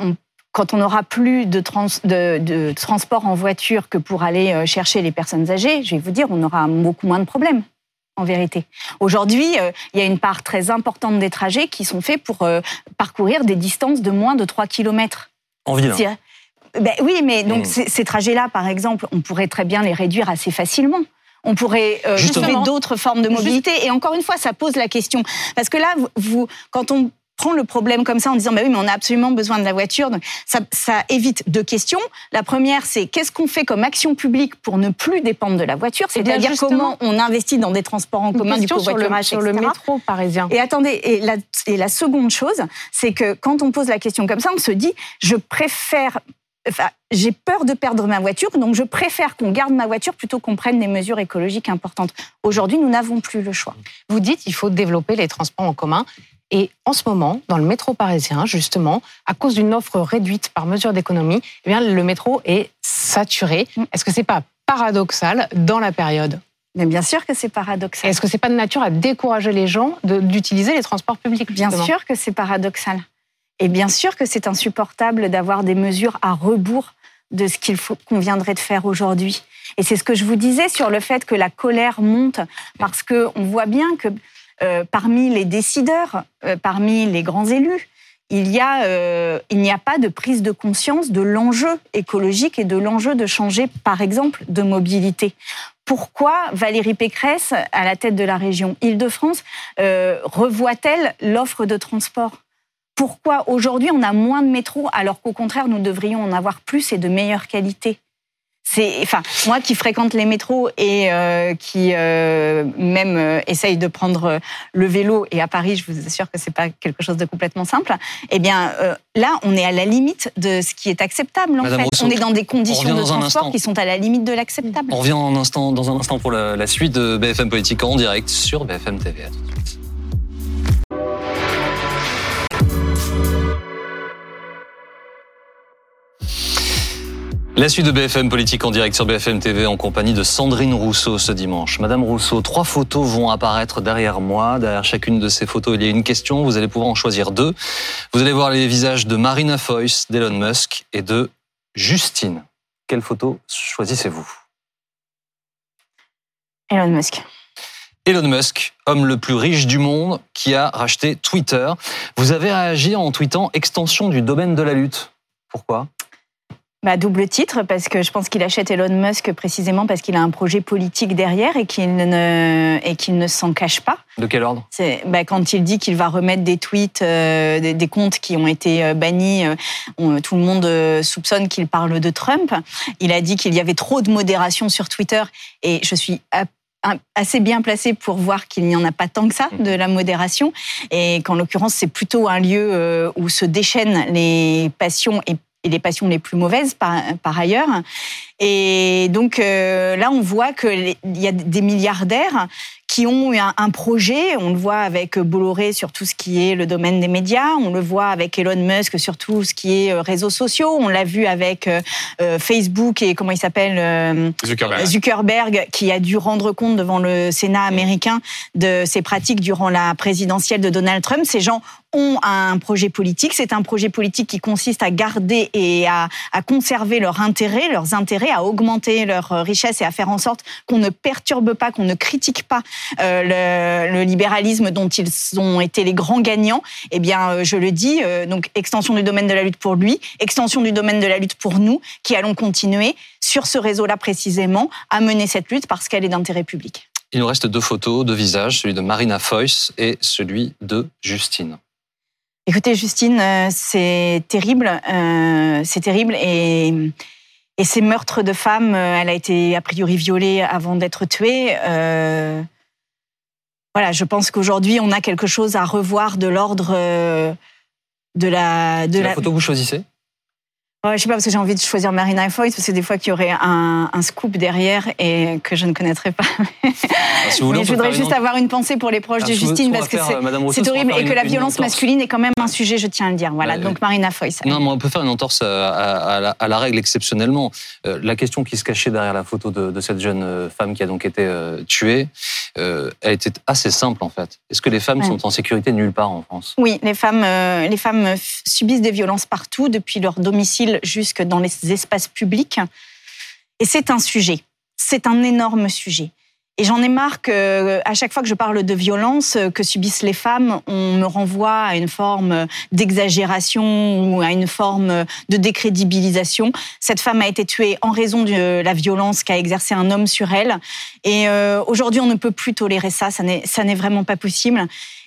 quand on n'aura plus de, trans, de, de transport en voiture que pour aller chercher les personnes âgées, je vais vous dire, on aura beaucoup moins de problèmes, en vérité. Aujourd'hui, euh, il y a une part très importante des trajets qui sont faits pour euh, parcourir des distances de moins de trois kilomètres. En ville. C'est, ben, oui, mais donc mmh. ces, ces trajets-là, par exemple, on pourrait très bien les réduire assez facilement. On pourrait euh, trouver d'autres formes de mobilité. Juste... Et encore une fois, ça pose la question. Parce que là, vous, quand on prend le problème comme ça en disant bah oui mais on a absolument besoin de la voiture, donc ça, ça évite deux questions. La première, c'est qu'est-ce qu'on fait comme action publique pour ne plus dépendre de la voiture, c'est-à-dire comment on investit dans des transports en commun, du covoiturage, sur le, sur le métro parisien. Et attendez, et la, et la seconde chose, c'est que quand on pose la question comme ça, on se dit je préfère Enfin, j'ai peur de perdre ma voiture, donc je préfère qu'on garde ma voiture plutôt qu'on prenne des mesures écologiques importantes. Aujourd'hui, nous n'avons plus le choix. Vous dites qu'il faut développer les transports en commun. Et en ce moment, dans le métro parisien, justement, à cause d'une offre réduite par mesure d'économie, eh bien, le métro est saturé. Est-ce que c'est pas paradoxal dans la période ? Mais bien sûr que c'est paradoxal. Est-ce que c'est pas de nature à décourager les gens de, d'utiliser les transports publics ? Bien sûr que c'est paradoxal. Et bien sûr que c'est insupportable d'avoir des mesures à rebours de ce qu'il faut, qu'on viendrait de faire aujourd'hui. Et c'est ce que je vous disais sur le fait que la colère monte, parce qu'on voit bien que euh, parmi les décideurs, euh, parmi les grands élus, il y a, euh, il n'y a pas de prise de conscience de l'enjeu écologique et de l'enjeu de changer, par exemple, de mobilité. Pourquoi Valérie Pécresse, à la tête de la région Île-de-France, euh, revoit-elle l'offre de transport ? Pourquoi aujourd'hui on a moins de métros alors qu'au contraire nous devrions en avoir plus et de meilleure qualité ? C'est, enfin, moi qui fréquente les métros et euh, qui euh, même euh, essaye de prendre le vélo, et à Paris, je vous assure que c'est pas quelque chose de complètement simple. Eh bien, euh, là, on est à la limite de ce qui est acceptable. En Madame fait, Rousseau, on est dans des conditions de transport qui sont à la limite de l'acceptable. On revient en instant, dans un instant pour la, la suite de B F M Politique en direct sur B F M T V. À tout de suite. La suite de B F M Politique en direct sur B F M T V en compagnie de Sandrine Rousseau ce dimanche. Madame Rousseau, trois photos vont apparaître derrière moi. Derrière chacune de ces photos, il y a une question. Vous allez pouvoir en choisir deux. Vous allez voir les visages de Marina Foïs, d'Elon Musk et de Justine. Quelle photo choisissez-vous ? Elon Musk. Elon Musk, homme le plus riche du monde, qui a racheté Twitter. Vous avez réagi en tweetant « extension du domaine de la lutte ». Pourquoi ? Bah, double titre, parce que je pense qu'il achète Elon Musk précisément parce qu'il a un projet politique derrière et qu'il ne, et qu'il ne s'en cache pas. De quel ordre ? C'est, bah, quand il dit qu'il va remettre des tweets, euh, des, des comptes qui ont été bannis, euh, on, tout le monde euh, soupçonne qu'il parle de Trump. Il a dit qu'il y avait trop de modération sur Twitter et je suis assez bien placée pour voir qu'il n'y en a pas tant que ça de la modération et qu'en l'occurrence c'est plutôt un lieu euh, où se déchaînent les passions et et les passions les plus mauvaises par, par ailleurs. Et donc euh, là, on voit qu'il y a des milliardaires qui ont un, un projet. On le voit avec Bolloré sur tout ce qui est le domaine des médias. On le voit avec Elon Musk sur tout ce qui est réseaux sociaux. On l'a vu avec euh, Facebook et comment il s'appelle euh, Zuckerberg. Zuckerberg, qui a dû rendre compte devant le Sénat américain de ses pratiques durant la présidentielle de Donald Trump. Ces gens ont un projet politique. C'est un projet politique qui consiste à garder et à, à conserver leurs intérêts, leurs intérêts, à augmenter leur richesse et à faire en sorte qu'on ne perturbe pas, qu'on ne critique pas euh, le, le libéralisme dont ils ont été les grands gagnants. Eh bien, euh, je le dis, euh, donc extension du domaine de la lutte pour lui, extension du domaine de la lutte pour nous, qui allons continuer sur ce réseau-là précisément à mener cette lutte parce qu'elle est d'intérêt public. Il nous reste deux photos, deux visages, celui de Marina Foïs et celui de Justine. Écoutez, Justine, c'est terrible, euh, c'est terrible et, et ces meurtres de femmes, elle a été a priori violée avant d'être tuée. Euh, voilà, je pense qu'aujourd'hui, on a quelque chose à revoir de l'ordre de la... De c'est la, la photo que vous choisissez ? Ouais, je sais pas, parce que j'ai envie de choisir Marina Foïs, parce que des fois qu'il y aurait un, un scoop derrière et que je ne connaîtrais pas. Ah, si vous voulez, mais je voudrais juste une... avoir une pensée pour les proches ah, de Justine, parce que faire, c'est, Rousseau, c'est horrible et que une, la violence masculine est quand même un sujet, je tiens à le dire. Voilà, bah, donc oui. Marina Foïs. Non, mais on peut faire une entorse à, à, à, la, à la règle exceptionnellement. Euh, la question qui se cachait derrière la photo de, de cette jeune femme qui a donc été euh, tuée, euh, elle était assez simple en fait. Est-ce que les femmes ouais. sont en sécurité nulle part en France ? Oui, les femmes, euh, les femmes subissent des violences partout, depuis leur domicile jusque dans les espaces publics. Et c'est un sujet, c'est un énorme sujet. Et j'en ai marre qu'à chaque fois que je parle de violence que subissent les femmes, on me renvoie à une forme d'exagération ou à une forme de décrédibilisation. Cette femme a été tuée en raison de la violence qu'a exercée un homme sur elle. Et euh, aujourd'hui, on ne peut plus tolérer ça, ça n'est, ça n'est vraiment pas possible.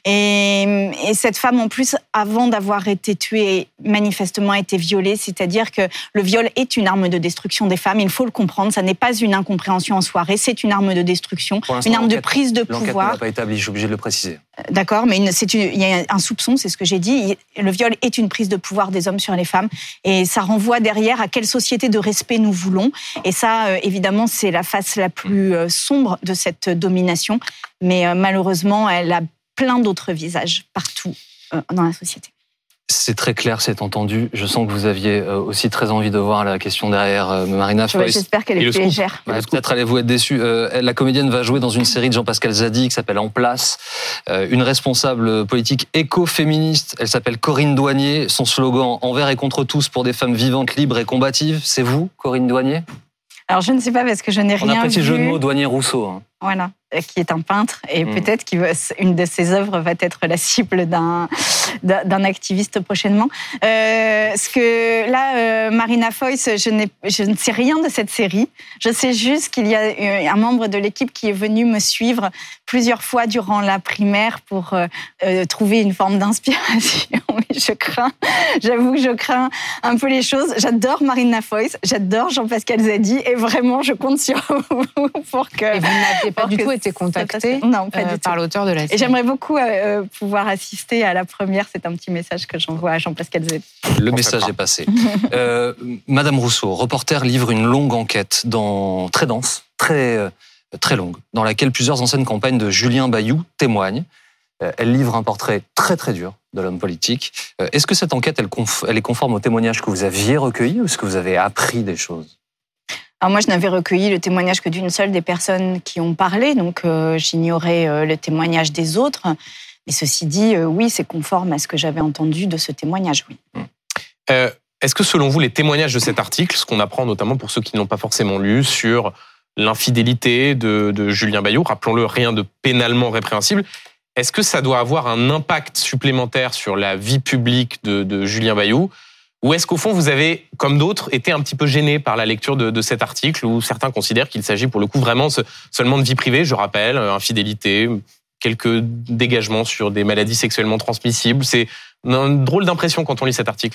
Et, et cette femme, en plus, avant d'avoir été tuée, manifestement a été violée. C'est-à-dire que le viol est une arme de destruction des femmes. Il faut le comprendre. Ça n'est pas une incompréhension en soirée. C'est une arme de destruction, une arme de prise de pouvoir. L'enquête n'a pas établi, je suis obligé de le préciser. D'accord, mais une, c'est une, il y a un soupçon, c'est ce que j'ai dit. Le viol est une prise de pouvoir des hommes sur les femmes. Et ça renvoie derrière à quelle société de respect nous voulons. Et ça, euh, évidemment, c'est la face la plus euh, sombre de cette domination. Mais euh, malheureusement, elle a plein d'autres visages partout euh, dans la société. C'est très clair, c'est entendu. Je sens que vous aviez euh, aussi très envie de voir la question derrière euh, Marina Foïs. Ouais, j'espère qu'elle est plus légère. Ouais, peut-être allez-vous être déçus. Euh, la comédienne va jouer dans une série de Jean-Pascal Zadi qui s'appelle En Place. Euh, une responsable politique écoféministe. Elle s'appelle Corinne Douanier. Son slogan « Envers et contre tous pour des femmes vivantes, libres et combatives ». C'est vous, Corinne Douanier ? Alors je ne sais pas parce que je n'ai rien vu. On a un petit jeu de mots Douanier-Rousseau. Hein. Voilà, qui est un peintre et mmh. peut-être qu'une de ses œuvres va être la cible d'un, d'un activiste prochainement. Euh, ce que là, euh, Marina Foïs, je, n'ai, je ne sais rien de cette série. Je sais juste qu'il y a un membre de l'équipe qui est venu me suivre plusieurs fois durant la primaire pour euh, euh, trouver une forme d'inspiration. Mais je crains, j'avoue que je crains un peu les choses. J'adore Marina Foïs, j'adore Jean-Pascal Zadi et vraiment, je compte sur vous pour que... Et vous n'avez pas du tout été contacté non, pas euh, du par tout. L'auteur de la série. Et j'aimerais beaucoup euh, pouvoir assister à la première. C'est un petit message que j'envoie à Jean-Pascal Zadi. Le message est passé. euh, Madame Rousseau, reporter, livre une longue enquête dans, très dense, très, très longue, dans laquelle plusieurs anciennes campagnes de Julien Bayou témoignent. Elle livre un portrait très très dur de l'homme politique. Est-ce que cette enquête, elle, conf- elle est conforme aux témoignages que vous aviez recueillis ou est-ce que vous avez appris des choses ? Alors moi, je n'avais recueilli le témoignage que d'une seule des personnes qui ont parlé, donc euh, j'ignorais euh, le témoignage des autres. Mais ceci dit, euh, oui, c'est conforme à ce que j'avais entendu de ce témoignage, oui. Euh, est-ce que selon vous, les témoignages de cet article, ce qu'on apprend notamment pour ceux qui ne l'ont pas forcément lu, sur l'infidélité de, de Julien Bayou, rappelons-le, rien de pénalement répréhensible, est-ce que ça doit avoir un impact supplémentaire sur la vie publique de, de Julien Bayou ? Ou est-ce qu'au fond, vous avez, comme d'autres, été un petit peu gêné par la lecture de, de cet article où certains considèrent qu'il s'agit pour le coup vraiment seulement de vie privée, je rappelle, infidélité, quelques dégagements sur des maladies sexuellement transmissibles. C'est une drôle d'impression quand on lit cet article.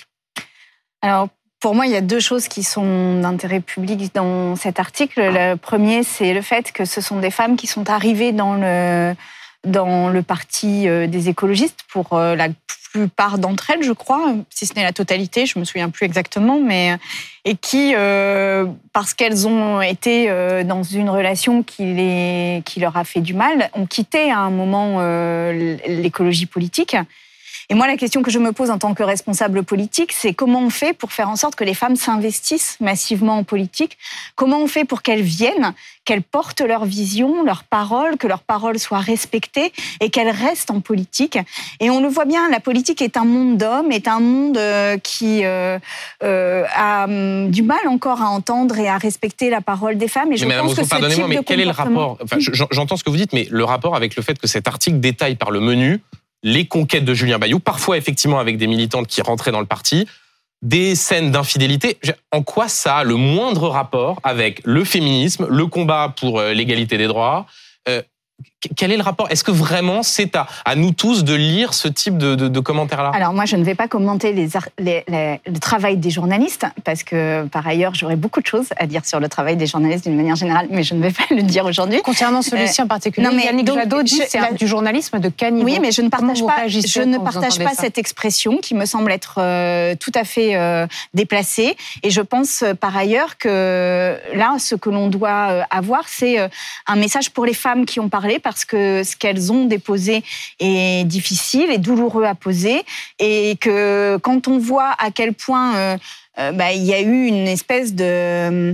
Alors, pour moi, il y a deux choses qui sont d'intérêt public dans cet article. Le premier, c'est le fait que ce sont des femmes qui sont arrivées dans le... dans le parti des écologistes pour la plupart d'entre elles, je crois, si ce n'est la totalité, je me souviens plus exactement, mais et qui, euh, parce qu'elles ont été dans une relation qui, les, qui leur a fait du mal, ont quitté à un moment euh, l'écologie politique. Et moi, la question que je me pose en tant que responsable politique, c'est comment on fait pour faire en sorte que les femmes s'investissent massivement en politique ? Comment on fait pour qu'elles viennent, qu'elles portent leur vision, leurs paroles, que leurs paroles soient respectées et qu'elles restent en politique ? Et on le voit bien, la politique est un monde d'hommes, est un monde qui euh, euh, a du mal encore à entendre et à respecter la parole des femmes. Et je mais pense Madame Rousseau, pardonnez-moi, mais quel est le rapport ? Enfin, j'entends ce que vous dites, mais le rapport avec le fait que cet article détaille par le menu les conquêtes de Julien Bayou, parfois effectivement avec des militantes qui rentraient dans le parti, des scènes d'infidélité. En quoi ça a le moindre rapport avec le féminisme, le combat pour l'égalité des droits ? euh, Quel est le rapport ? Est-ce que vraiment c'est à, à nous tous de lire ce type de, de, de commentaires-là ? Alors moi, je ne vais pas commenter les, les, les, le travail des journalistes, parce que par ailleurs, j'aurais beaucoup de choses à dire sur le travail des journalistes d'une manière générale, mais je ne vais pas le dire aujourd'hui. Concernant celui-ci euh, en particulier, non, mais Yannick donc, Jadot dit que c'est la... du journalisme de quel niveau ? Oui, mais je ne partage pas, je ne partage pas cette expression qui me semble être euh, tout à fait euh, déplacée. Et je pense euh, par ailleurs que là, ce que l'on doit euh, avoir, c'est euh, un message pour les femmes qui ont parlé, parce que ce qu'elles ont déposé est difficile et douloureux à poser, et que quand on voit à quel point euh, euh, bah, il y a eu une espèce de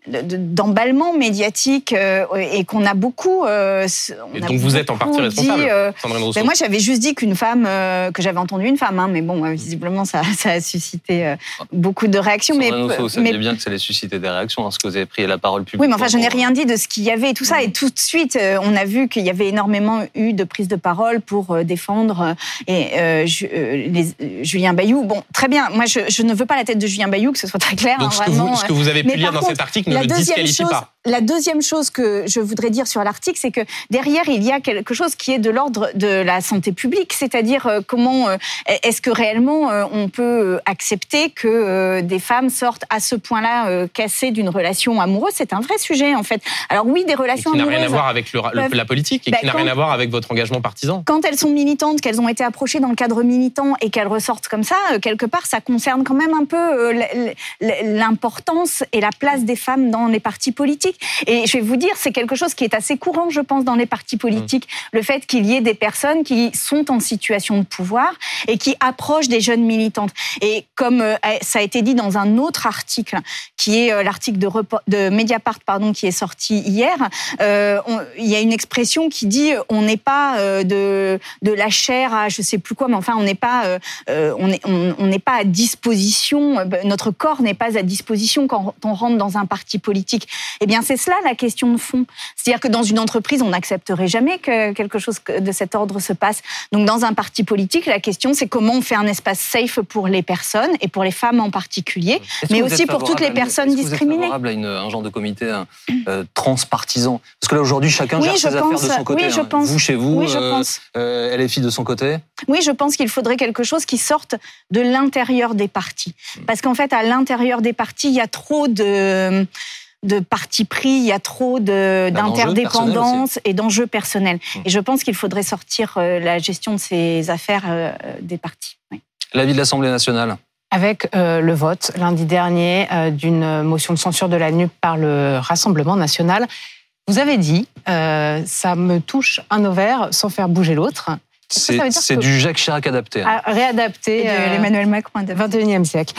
d'emballement médiatique euh, et qu'on a beaucoup. Euh, on et a donc vous êtes en partie responsable, dit, euh, Sandrine Rousseau. Ben moi, j'avais juste dit qu'une femme, euh, que j'avais entendu une femme, hein, mais bon, euh, visiblement, ça, ça a suscité euh, beaucoup de réactions. Sandrine mais, Rousseau, vous saviez mais, bien que ça allait susciter des réactions, parce que vous avez pris la parole publique. oui, mais enfin, je n'ai rien dit de ce qu'il y avait et tout ça. Et tout de suite, euh, on a vu qu'il y avait énormément eu de prises de parole pour euh, défendre euh, et, euh, ju, euh, les, euh, Julien Bayou. Bon, très bien. Moi, je, je ne veux pas la tête de Julien Bayou, que ce soit très clair. Donc, hein, ce, que vraiment, vous, ce que vous avez pu mais lire dans contre, cet article ne la le disqualifie chose, pas. La deuxième chose que je voudrais dire sur l'article, c'est que derrière, il y a quelque chose qui est de l'ordre de la santé publique, c'est-à-dire euh, comment euh, est-ce que réellement euh, on peut accepter que euh, des femmes sortent à ce point-là euh, cassées d'une relation amoureuse. C'est un vrai sujet, en fait. Alors oui, des relations qui n'a amoureuses... rien à voir avec le, le, la politique et bah, qui n'a quand, rien à voir avec votre engagement partisan. Quand elles sont militantes, qu'elles ont été approchées dans le cadre militant et qu'elles ressortent comme ça, euh, quelque part, ça concerne quand même un peu euh, l'importance et la place des femmes dans les partis politiques. Et je vais vous dire, c'est quelque chose qui est assez courant, je pense, dans les partis politiques, mmh. le fait qu'il y ait des personnes qui sont en situation de pouvoir et qui approchent des jeunes militantes. Et comme euh, ça a été dit dans un autre article, qui est euh, l'article de, de Mediapart, pardon, qui est sorti hier, euh, on, il y a une expression qui dit on n'est pas euh, de, de la chair à je sais plus quoi, mais enfin on n'est pas, euh, on n'est on, on n'est pas à disposition, notre corps n'est pas à disposition quand on rentre dans un parti politique. Eh bien c'est cela la question de fond. C'est-à-dire que dans une entreprise, on n'accepterait jamais que quelque chose de cet ordre se passe. Donc dans un parti politique, la question c'est comment on fait un espace safe pour les personnes et pour les femmes en particulier, mais aussi pour toutes les personnes discriminées. Est-ce que vous êtes favorable à une, un genre de comité hein, euh, transpartisan? Parce que là aujourd'hui, chacun oui, gère ses pense, affaires de son côté. Oui, je hein. pense. Vous chez vous, oui, je euh, pense. Euh, L F I de son côté. Oui, je pense qu'il faudrait quelque chose qui sorte de l'intérieur des partis. Parce qu'en fait, à l'intérieur des partis, il y a trop de... de parti pris, il y a trop de, d'interdépendance et d'enjeux personnels. Mmh. Et je pense qu'il faudrait sortir euh, la gestion de ces affaires euh, des partis. Oui. L'avis de l'Assemblée nationale? Avec euh, le vote lundi dernier euh, d'une motion de censure de la N U P par le Rassemblement national. Vous avez dit, euh, ça me touche un ovaire sans faire bouger l'autre. C'est, c'est que... du Jacques Chirac adapté. Hein. Réadapté. Et de euh, l'Emmanuel Macron adapté. vingt et unième siècle.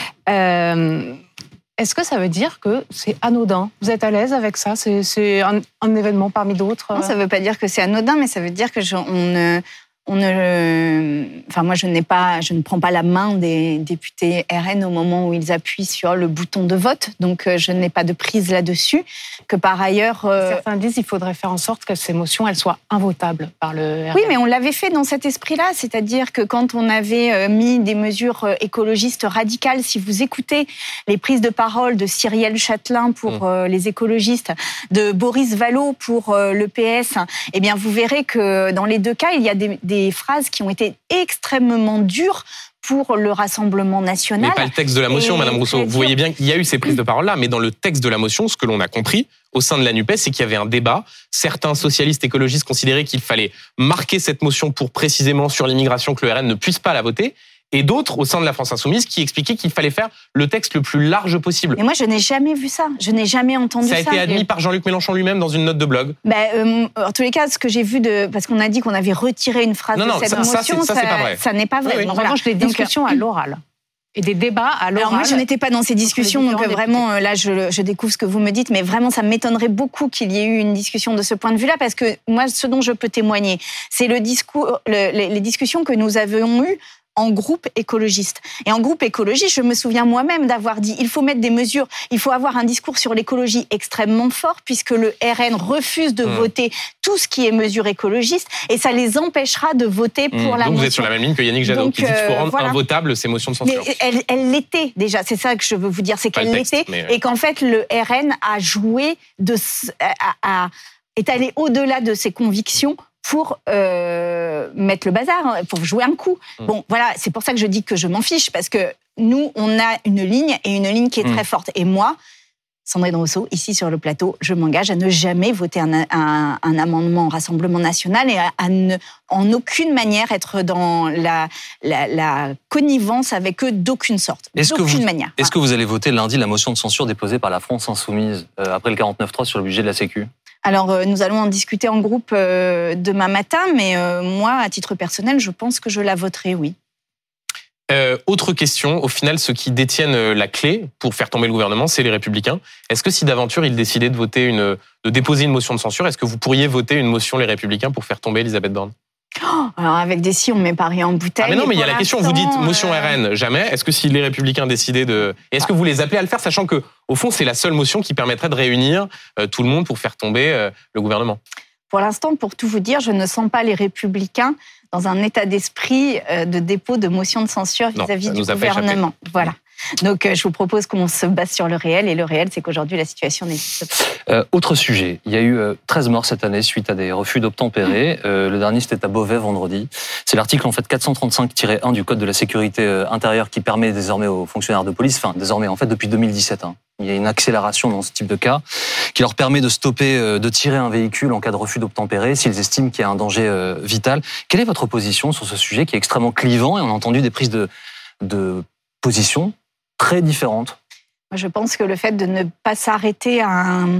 Euh, Est-ce que ça veut dire que c'est anodin? Vous êtes à l'aise avec ça? C'est, c'est un, un événement parmi d'autres? Non, ça ne veut pas dire que c'est anodin, mais ça veut dire que je, on ne... On ne, enfin moi je n'ai pas, je ne prends pas la main des députés R N au moment où ils appuient sur le bouton de vote, donc je n'ai pas de prise là-dessus. Que par ailleurs, euh... certains disent qu'il faudrait faire en sorte que ces motions elles soient invotables par le R N. Oui, mais on l'avait fait dans cet esprit-là, c'est-à-dire que quand on avait mis des mesures écologistes radicales, si vous écoutez les prises de parole de Cyrielle Châtelain pour mmh. les écologistes, de Boris Vallaud pour le P S, eh bien vous verrez que dans les deux cas il y a des, des des phrases qui ont été extrêmement dures pour le Rassemblement national. Mais pas le texte de la motion, et Madame Rousseau. Vous voyez bien qu'il y a eu ces prises de parole-là, mais dans le texte de la motion, ce que l'on a compris au sein de la NUPES, c'est qu'il y avait un débat. Certains socialistes écologistes considéraient qu'il fallait marquer cette motion pour précisément sur l'immigration que le R N ne puisse pas la voter. Et d'autres, au sein de la France Insoumise, qui expliquaient qu'il fallait faire le texte le plus large possible. Mais moi, je n'ai jamais vu ça. Je n'ai jamais entendu ça. Ça a été admis par Jean-Luc Mélenchon lui-même dans une note de blog. Bah, euh, en tous les cas, ce que j'ai vu de... Parce qu'on a dit qu'on avait retiré une phrase non, de non, cette ça, motion, ça, c'est, ça, c'est pas vrai. Ça n'est pas vrai. Oui, oui. Donc, en voilà. revanche, les discussions donc, à l'oral. Et des débats à l'oral. Alors moi, je n'étais pas dans ces discussions, donc vraiment, députés. Là, je, je découvre ce que vous me dites, mais vraiment, ça m'étonnerait beaucoup qu'il y ait eu une discussion de ce point de vue-là, parce que moi, ce dont je peux témoigner, c'est le discours, le, les, les discussions que nous avions eues en groupe écologiste. Et en groupe écologiste, je me souviens moi-même d'avoir dit il faut mettre des mesures, il faut avoir un discours sur l'écologie extrêmement fort, puisque le R N refuse de mmh. voter tout ce qui est mesures écologistes, et ça les empêchera de voter pour mmh. la Donc motion. vous êtes sur la même ligne que Yannick Jadot, Donc, qui dit qu'il faut rendre voilà. invotables ces motions de censure. Mais elle, elle l'était déjà, c'est ça que je veux vous dire, c'est Pas qu'elle texte, l'était, mais... et qu'en fait le R N a joué, de, a, a, est allé au-delà de ses convictions pour euh, mettre le bazar, pour jouer un coup. Mmh. Bon, voilà, c'est pour ça que je dis que je m'en fiche, parce que nous, on a une ligne, et une ligne qui est mmh. très forte. Et moi, Sandrine Rousseau, ici sur le plateau, je m'engage à ne jamais voter un, un, un amendement au Rassemblement national et à, à ne, en aucune manière être dans la, la, la connivence avec eux d'aucune sorte. Est-ce d'aucune que vous, manière. Est-ce que vous allez voter lundi la motion de censure déposée par la France Insoumise euh, après le quarante-neuf trois sur le budget de la Sécu ? Alors, euh, nous allons en discuter en groupe euh, demain matin, mais euh, moi, à titre personnel, je pense que je la voterai, oui. Euh, autre question, au final, ceux qui détiennent la clé pour faire tomber le gouvernement, c'est les Républicains. Est-ce que si d'aventure ils décidaient de voter une, de déposer une motion de censure, est-ce que vous pourriez voter une motion les Républicains pour faire tomber Elisabeth Borne? Oh, alors avec des si, on met Paris en bouteille. Ah mais non, mais il y a la question, vous dites motion euh... R N, jamais. Est-ce que si les Républicains décidaient de... Et est-ce que vous les appelez à le faire, sachant que au fond, c'est la seule motion qui permettrait de réunir euh, tout le monde pour faire tomber euh, le gouvernement? Pour l'instant, pour tout vous dire, je ne sens pas les Républicains dans un état d'esprit de dépôt de motion de censure vis-à-vis du gouvernement. Voilà. Donc, je vous propose qu'on se base sur le réel. Et le réel, c'est qu'aujourd'hui, la situation n'existe pas. Euh, autre sujet. Il y a eu treize morts cette année suite à des refus d'obtempérer. Euh, le dernier, c'était à Beauvais, vendredi. C'est l'article en fait quatre cent trente-cinq tiret un du Code de la sécurité intérieure qui permet désormais aux fonctionnaires de police, enfin désormais en fait depuis deux mille dix-sept, hein, il y a une accélération dans ce type de cas, qui leur permet de stopper, de tirer un véhicule en cas de refus d'obtempérer s'ils estiment qu'il y a un danger vital. Quelle est votre position sur ce sujet qui est extrêmement clivant et on a entendu des prises de, de position très différentes? Je pense que le fait de ne pas s'arrêter à un,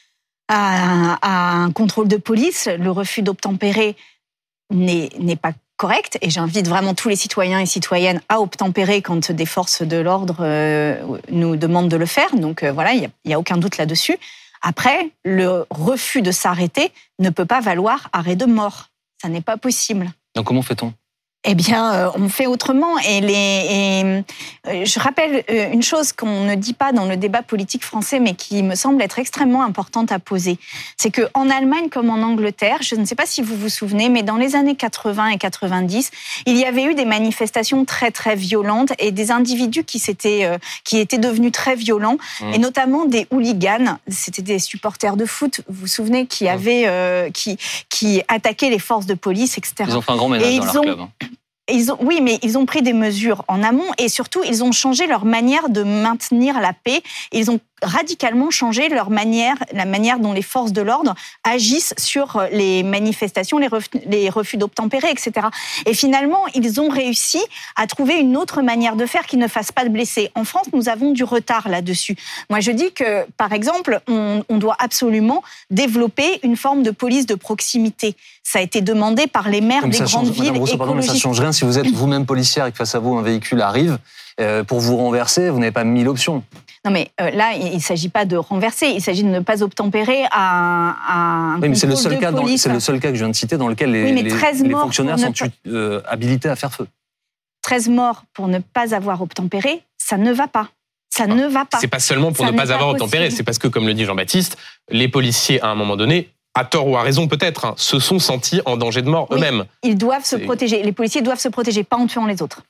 à, à un contrôle de police, le refus d'obtempérer n'est, n'est pas correct. Et j'invite vraiment tous les citoyens et citoyennes à obtempérer quand des forces de l'ordre euh, nous demandent de le faire. Donc euh, voilà, il n'y a, a aucun doute là-dessus. Après, le refus de s'arrêter ne peut pas valoir arrêt de mort. Ça n'est pas possible. Donc comment fait-on ? Eh bien, euh, on fait autrement. Et, les, et euh, je rappelle une chose qu'on ne dit pas dans le débat politique français, mais qui me semble être extrêmement importante à poser. C'est qu'en Allemagne comme en Angleterre, je ne sais pas si vous vous souvenez, mais dans les années quatre-vingts et quatre-vingt-dix, il y avait eu des manifestations très très violentes et des individus qui s'étaient, euh, qui étaient devenus très violents, mmh. et notamment des hooligans. C'était des supporters de foot, vous vous souvenez, qui avaient, euh, qui, qui attaquaient les forces de police, et cetera. Ils ont fait un grand ménage et dans leur ont, club. Ils ont, oui, mais ils ont pris des mesures en amont et surtout, ils ont changé leur manière de maintenir la paix. Ils ont radicalement changé leur manière, la manière dont les forces de l'ordre agissent sur les manifestations, les refus, les refus d'obtempérer, et cetera. Et finalement, ils ont réussi à trouver une autre manière de faire qui ne fasse pas de blessés. En France, nous avons du retard là-dessus. Moi, je dis que, par exemple, on, on doit absolument développer une forme de police de proximité. Ça a été demandé par les maires Comme des grandes change, villes Madame Rousseau, pardon, mais ça ne change rien si vous êtes vous-même policière et que face à vous, un véhicule arrive. Euh, pour vous renverser, vous n'avez pas mille options. Non, mais euh, là, il ne s'agit pas de renverser, il s'agit de ne pas obtempérer à, à un oui, mais c'est le seul cas, dans, police. c'est le seul cas que je viens de citer dans lequel les, oui, les, les fonctionnaires sont pas... euh, habilités à faire feu. treize morts pour ne pas avoir obtempéré, ça ne va pas. Ça ah, ne va pas. C'est pas seulement pour ça ne pas avoir pas obtempéré, c'est parce que, comme le dit Jean-Baptiste, les policiers, à un moment donné, à tort ou à raison peut-être, hein, se sont sentis en danger de mort oui, eux-mêmes. Ils doivent se c'est... protéger. Les policiers doivent se protéger, pas en tuant les autres.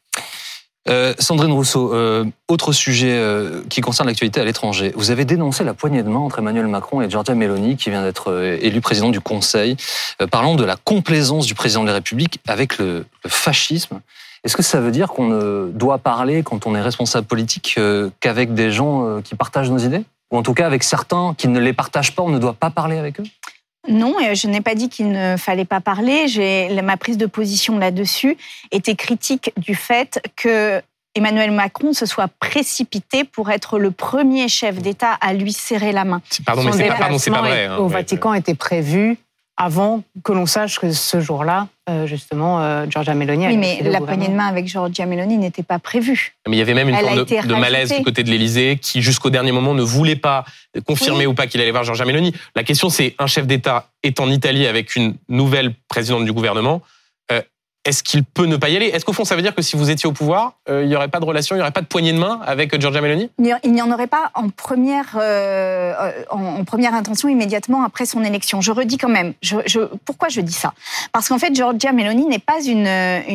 Euh, Sandrine Rousseau, euh, autre sujet euh, qui concerne l'actualité à l'étranger. Vous avez dénoncé la poignée de main entre Emmanuel Macron et Giorgia Meloni, qui vient d'être euh, élu président du Conseil, euh, parlant de la complaisance du président de la République avec le, le fascisme. Est-ce que ça veut dire qu'on ne doit parler, quand on est responsable politique, euh, qu'avec des gens euh, qui partagent nos idées ? Ou en tout cas avec certains qui ne les partagent pas, on ne doit pas parler avec eux ? Non, je n'ai pas dit qu'il ne fallait pas parler. J'ai, ma prise de position là-dessus était critique du fait que Emmanuel Macron se soit précipité pour être le premier chef d'État à lui serrer la main. Pardon, mais c'est pas, pardon, c'est pas vrai. Hein, au ouais, Vatican ouais. était prévu avant que l'on sache que ce jour-là, euh, justement, euh, Giorgia Meloni... Oui, mais la poignée de main avec Giorgia Meloni n'était pas prévue. Mais il y avait même une Elle forme de, de malaise du côté de l'Élysée qui, jusqu'au dernier moment, ne voulait pas confirmer oui. ou pas qu'il allait voir Giorgia Meloni. La question, c'est, un chef d'État est en Italie avec une nouvelle présidente du gouvernement. Euh, Est-ce qu'il peut ne pas y aller ? Est-ce qu'au fond, ça veut dire que si vous étiez au pouvoir, euh, il n'y aurait pas de relation, il n'y aurait pas de poignée de main avec Giorgia Meloni ? Il n'y en aurait pas en première, euh, en, en première intention immédiatement après son élection. Je redis quand même, je, je, pourquoi je dis ça ? Parce qu'en fait, Giorgia Meloni n'est pas une,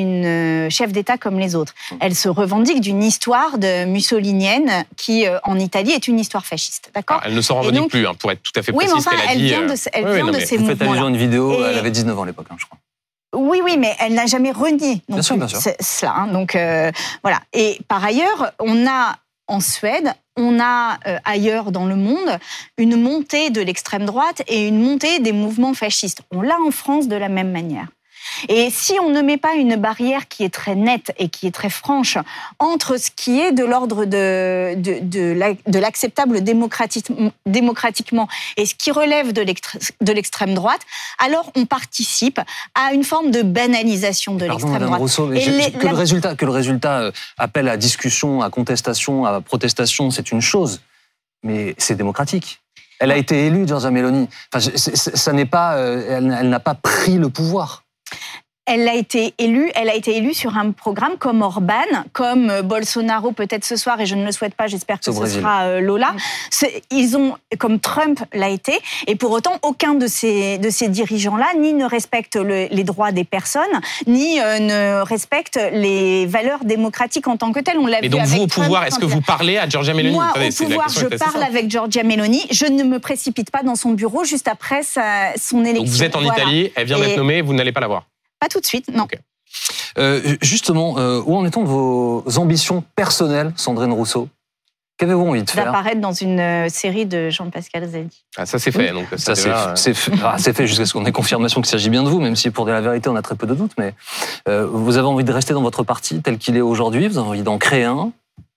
une chef d'État comme les autres. Elle se revendique d'une histoire de mussolinienne qui, euh, en Italie, est une histoire fasciste. D'accord ? Ah, elle ne s'en revendique donc, plus, hein, pour être tout à fait précise. Oui, mais enfin, elle, elle, dit, vient de, elle euh... vient oui, de non, ces vous mouvements-là. Vous faites allusion à une vidéo, Et... elle avait dix-neuf ans à l'époque, hein, je crois. Oui, oui, mais elle n'a jamais renié non bien sûr, plus bien sûr. cela. Hein, donc euh, voilà. Et par ailleurs, on a en Suède, on a euh, ailleurs dans le monde une montée de l'extrême droite et une montée des mouvements fascistes. On l'a en France de la même manière. Et si on ne met pas une barrière qui est très nette et qui est très franche entre ce qui est de l'ordre de, de, de, de l'acceptable démocratique, démocratiquement et ce qui relève de, de l'extrême droite, alors on participe à une forme de banalisation de Pardon, l'extrême Madame droite. Rousseau, mais et je, les, que, la... le résultat, que le résultat euh, appelle à discussion, à contestation, à protestation, c'est une chose, mais c'est démocratique. Elle a été élue, Giorgia Meloni. Enfin, c'est, c'est, ça n'est pas, euh, elle, elle n'a pas pris le pouvoir. Elle a été élue, elle a été élue sur un programme comme Orban, comme Bolsonaro peut-être ce soir, et je ne le souhaite pas, j'espère que ce Brésil. sera Lola. C'est, ils ont, comme Trump l'a été, et pour autant, aucun de ces, de ces dirigeants-là ni ne respecte le, les droits des personnes, ni euh, ne respecte les valeurs démocratiques en tant que telles. On l'a Mais vu donc avec vous, au Trump, pouvoir, est-ce que vous parlez à Giorgia Meloni? Moi, Attendez, au c'est pouvoir, la question je est assez parle simple. avec Giorgia Meloni. Je ne me précipite pas dans son bureau juste après sa, son élection. Donc vous êtes en Voilà. Italie, elle vient Et d'être nommée, vous n'allez pas la voir. Pas tout de suite, non. Okay. Euh, justement, euh, où en est-on de vos ambitions personnelles, Sandrine Rousseau? Qu'avez-vous envie de faire? D'apparaître dans une euh, série de Jean-Pascal Zadi. Ah, ça c'est fait. Oui. Donc, Ça, c'est, déjà, c'est, fait, ah, c'est fait jusqu'à ce qu'on ait confirmation qu'il s'agit bien de vous, même si pour dire la vérité, on a très peu de doutes. Mais euh, vous avez envie de rester dans votre parti tel qu'il est aujourd'hui? Vous avez envie d'en créer un?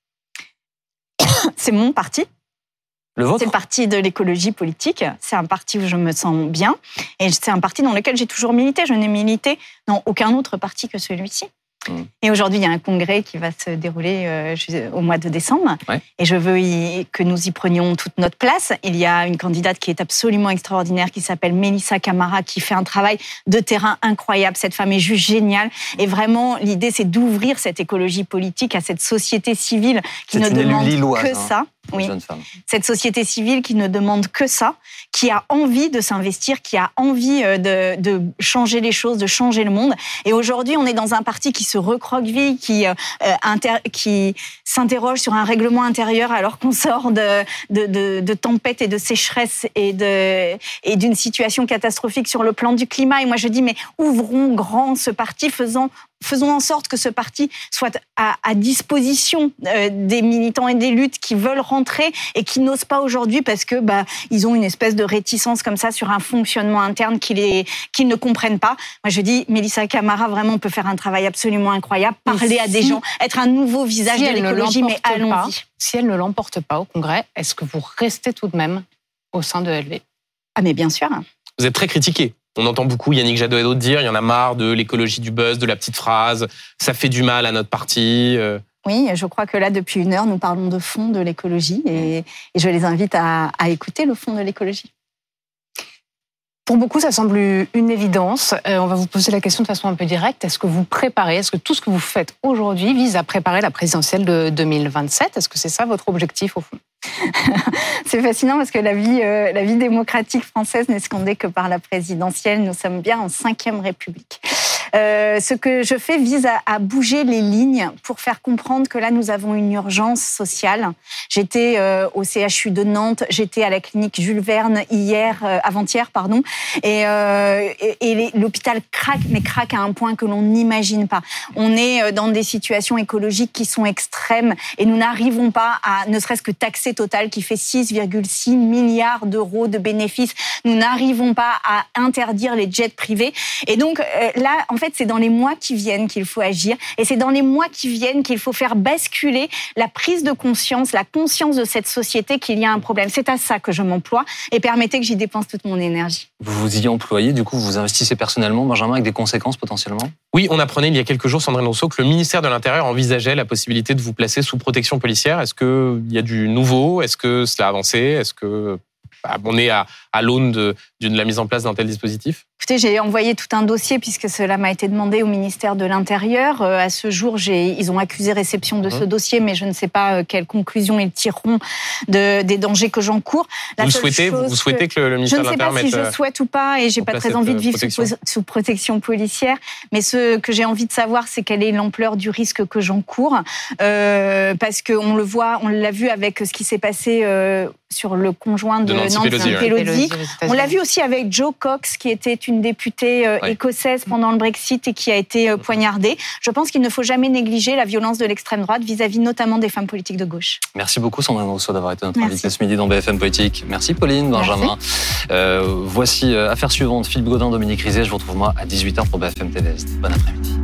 C'est mon parti. Le vôtre? C'est le parti de l'écologie politique. C'est un parti où je me sens bien. Et c'est un parti dans lequel j'ai toujours milité. Je n'ai milité dans aucun autre parti que celui-ci. Mmh. Et aujourd'hui, il y a un congrès qui va se dérouler euh, au mois de décembre. Ouais. Et je veux y, que nous y prenions toute notre place. Il y a une candidate qui est absolument extraordinaire, qui s'appelle Melissa Camara, qui fait un travail de terrain incroyable. Cette femme est juste géniale. Et vraiment, l'idée, c'est d'ouvrir cette écologie politique à cette société civile qui c'est ne demande lilloise, que hein. ça. Oui. Cette société civile qui ne demande que ça, qui a envie de s'investir, qui a envie de, de changer les choses, de changer le monde. Et aujourd'hui, on est dans un parti qui se recroqueville, qui, euh, inter, qui s'interroge sur un règlement intérieur alors qu'on sort de, de, de, de tempêtes et de sécheresses et, de, et d'une situation catastrophique sur le plan du climat. Et moi, je dis, mais ouvrons grand ce parti, faisant Faisons en sorte que ce parti soit à, à disposition euh, des militants et des luttes qui veulent rentrer et qui n'osent pas aujourd'hui parce que bah ils ont une espèce de réticence comme ça sur un fonctionnement interne qu'ils, les, qu'ils ne comprennent pas. Moi, je dis, Melissa Camara vraiment peut faire un travail absolument incroyable, parler si, à des gens, être un nouveau visage si de l'écologie, mais allons-y. Pas, si elle ne l'emporte pas au Congrès, est-ce que vous restez tout de même au sein de L V? Ah mais bien sûr. Vous êtes très critiqué. On entend beaucoup Yannick Jadot et d'autres dire, il y en a marre de l'écologie du buzz, de la petite phrase, ça fait du mal à notre parti. Oui, je crois que là, depuis une heure, nous parlons de fond de l'écologie et, et je les invite à, à écouter le fond de l'écologie. Pour beaucoup, ça semble une évidence. Euh, on va vous poser la question de façon un peu directe. Est-ce que vous préparez, est-ce que tout ce que vous faites aujourd'hui vise à préparer la présidentielle de deux mille vingt-sept? Est-ce que c'est ça votre objectif au fond? C'est fascinant parce que la vie, euh, la vie démocratique française n'est scandée que par la présidentielle. Nous sommes bien en cinquième République. Euh, ce que je fais vise à, à bouger les lignes pour faire comprendre que là, nous avons une urgence sociale. J'étais euh, au C H U de Nantes, j'étais à la clinique Jules Verne hier, euh, avant-hier, pardon, et, euh, et, et les, l'hôpital craque, mais craque à un point que l'on n'imagine pas. On est dans des situations écologiques qui sont extrêmes et nous n'arrivons pas à, ne serait-ce que taxer Total qui fait six virgule six milliards d'euros de bénéfices. Nous n'arrivons pas à interdire les jets privés. Et donc euh, là, en fait, c'est dans les mois qui viennent qu'il faut agir et c'est dans les mois qui viennent qu'il faut faire basculer la prise de conscience, la conscience de cette société qu'il y a un problème. C'est à ça que je m'emploie et permettez que j'y dépense toute mon énergie. Vous vous y employez, du coup, vous investissez personnellement, Benjamin, avec des conséquences potentiellement? Oui, on apprenait il y a quelques jours, Sandrine Rousseau, que le ministère de l'Intérieur envisageait la possibilité de vous placer sous protection policière. Est-ce qu'il y a du nouveau? Est-ce que cela a avancé? Est-ce que bah, on est à, à l'aune de, de la mise en place d'un tel dispositif? Écoutez, j'ai envoyé tout un dossier puisque cela m'a été demandé au ministère de l'Intérieur. Euh, à ce jour, j'ai, ils ont accusé réception de mmh. ce dossier, mais je ne sais pas euh, quelles conclusions ils tireront de, des dangers que j'encours. La vous, souhaitez, vous souhaitez que le ministère de l'Intérieur mette... Je ne sais pas si je souhaite ou pas et j'ai pas très envie de vivre sous, sous protection policière. Mais ce que j'ai envie de savoir, c'est quelle est l'ampleur du risque que j'encours. Euh, parce qu'on le voit, on l'a vu avec ce qui s'est passé euh, sur le conjoint de, de Nancy Pelosi. Ouais. On l'a vu aussi avec Joe Cox, qui était une une députée euh, Oui. écossaise pendant le Brexit et qui a été euh, poignardée. Je pense qu'il ne faut jamais négliger la violence de l'extrême droite vis-à-vis notamment des femmes politiques de gauche. Merci beaucoup Sandrine Rousseau d'avoir été notre Merci. invitée ce midi dans B F M Politique. Merci Pauline, Benjamin. Euh, voici euh, Affaires suivantes, Philippe Godin, Dominique Rizet. Je vous retrouve moi à dix-huit heures pour B F M T V Est. Bon après-midi.